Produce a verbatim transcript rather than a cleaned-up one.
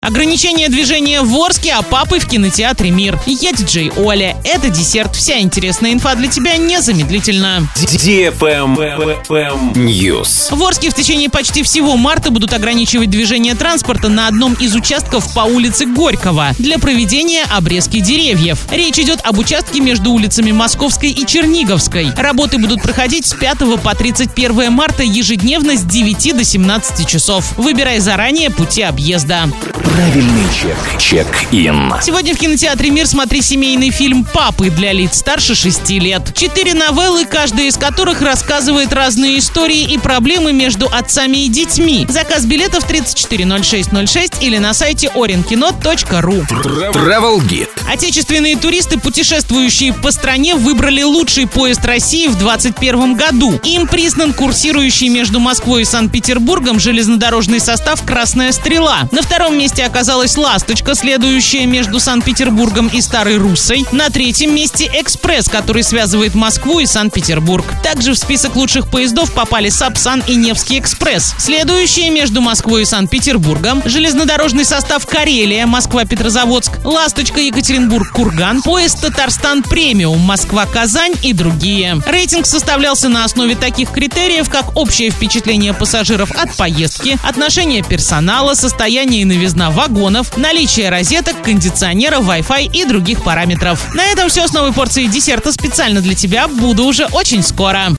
Ограничение движения в Орске, а папы в кинотеатре «Мир». Я диджей Оля. Это десерт. Вся интересная инфа для тебя незамедлительно. News. В Орске в течение почти всего марта будут ограничивать движение транспорта на одном из участков по улице Горького для проведения обрезки деревьев. Речь идет об участке между улицами Московской и Черниговской. Работы будут проходить с пятого по тридцать первое марта ежедневно с девяти до семнадцати часов. Выбирай заранее пути объезда. Правильный чек. Чек-ин. Сегодня в кинотеатре «Мир» смотри семейный фильм «Папы» для лиц старше шести лет. Четыре новеллы, каждая из которых рассказывает разные истории и проблемы между отцами и детьми. Заказ билетов тридцать четыре ноль шесть ноль шесть или на сайте оренкино точка ру. Travel Guide. Отечественные туристы, путешествующие по стране, выбрали лучший поезд России в двадцать первом году. Им признан курсирующий между Москвой и Санкт-Петербургом железнодорожный состав «Красная стрела». На втором месте оказалась «Ласточка», следующая между Санкт-Петербургом и Старой Руссой. На третьем месте «Экспресс», который связывает Москву и Санкт-Петербург. Также в список лучших поездов попали «Сапсан» и «Невский экспресс». Следующие между Москвой и Санкт-Петербургом железнодорожный состав «Карелия», Москва-Петрозаводск, «Ласточка», Екатеринбург-Курган, поезд «Татарстан Премиум», Москва-Казань и другие. Рейтинг составлялся на основе таких критериев, как общее впечатление пассажиров от поездки, отношение персонала, состояние и новизна вагонов, наличие розеток, кондиционера, Wi-Fi и других параметров. На этом все с новой порцией десерта специально для тебя. Буду уже очень скоро.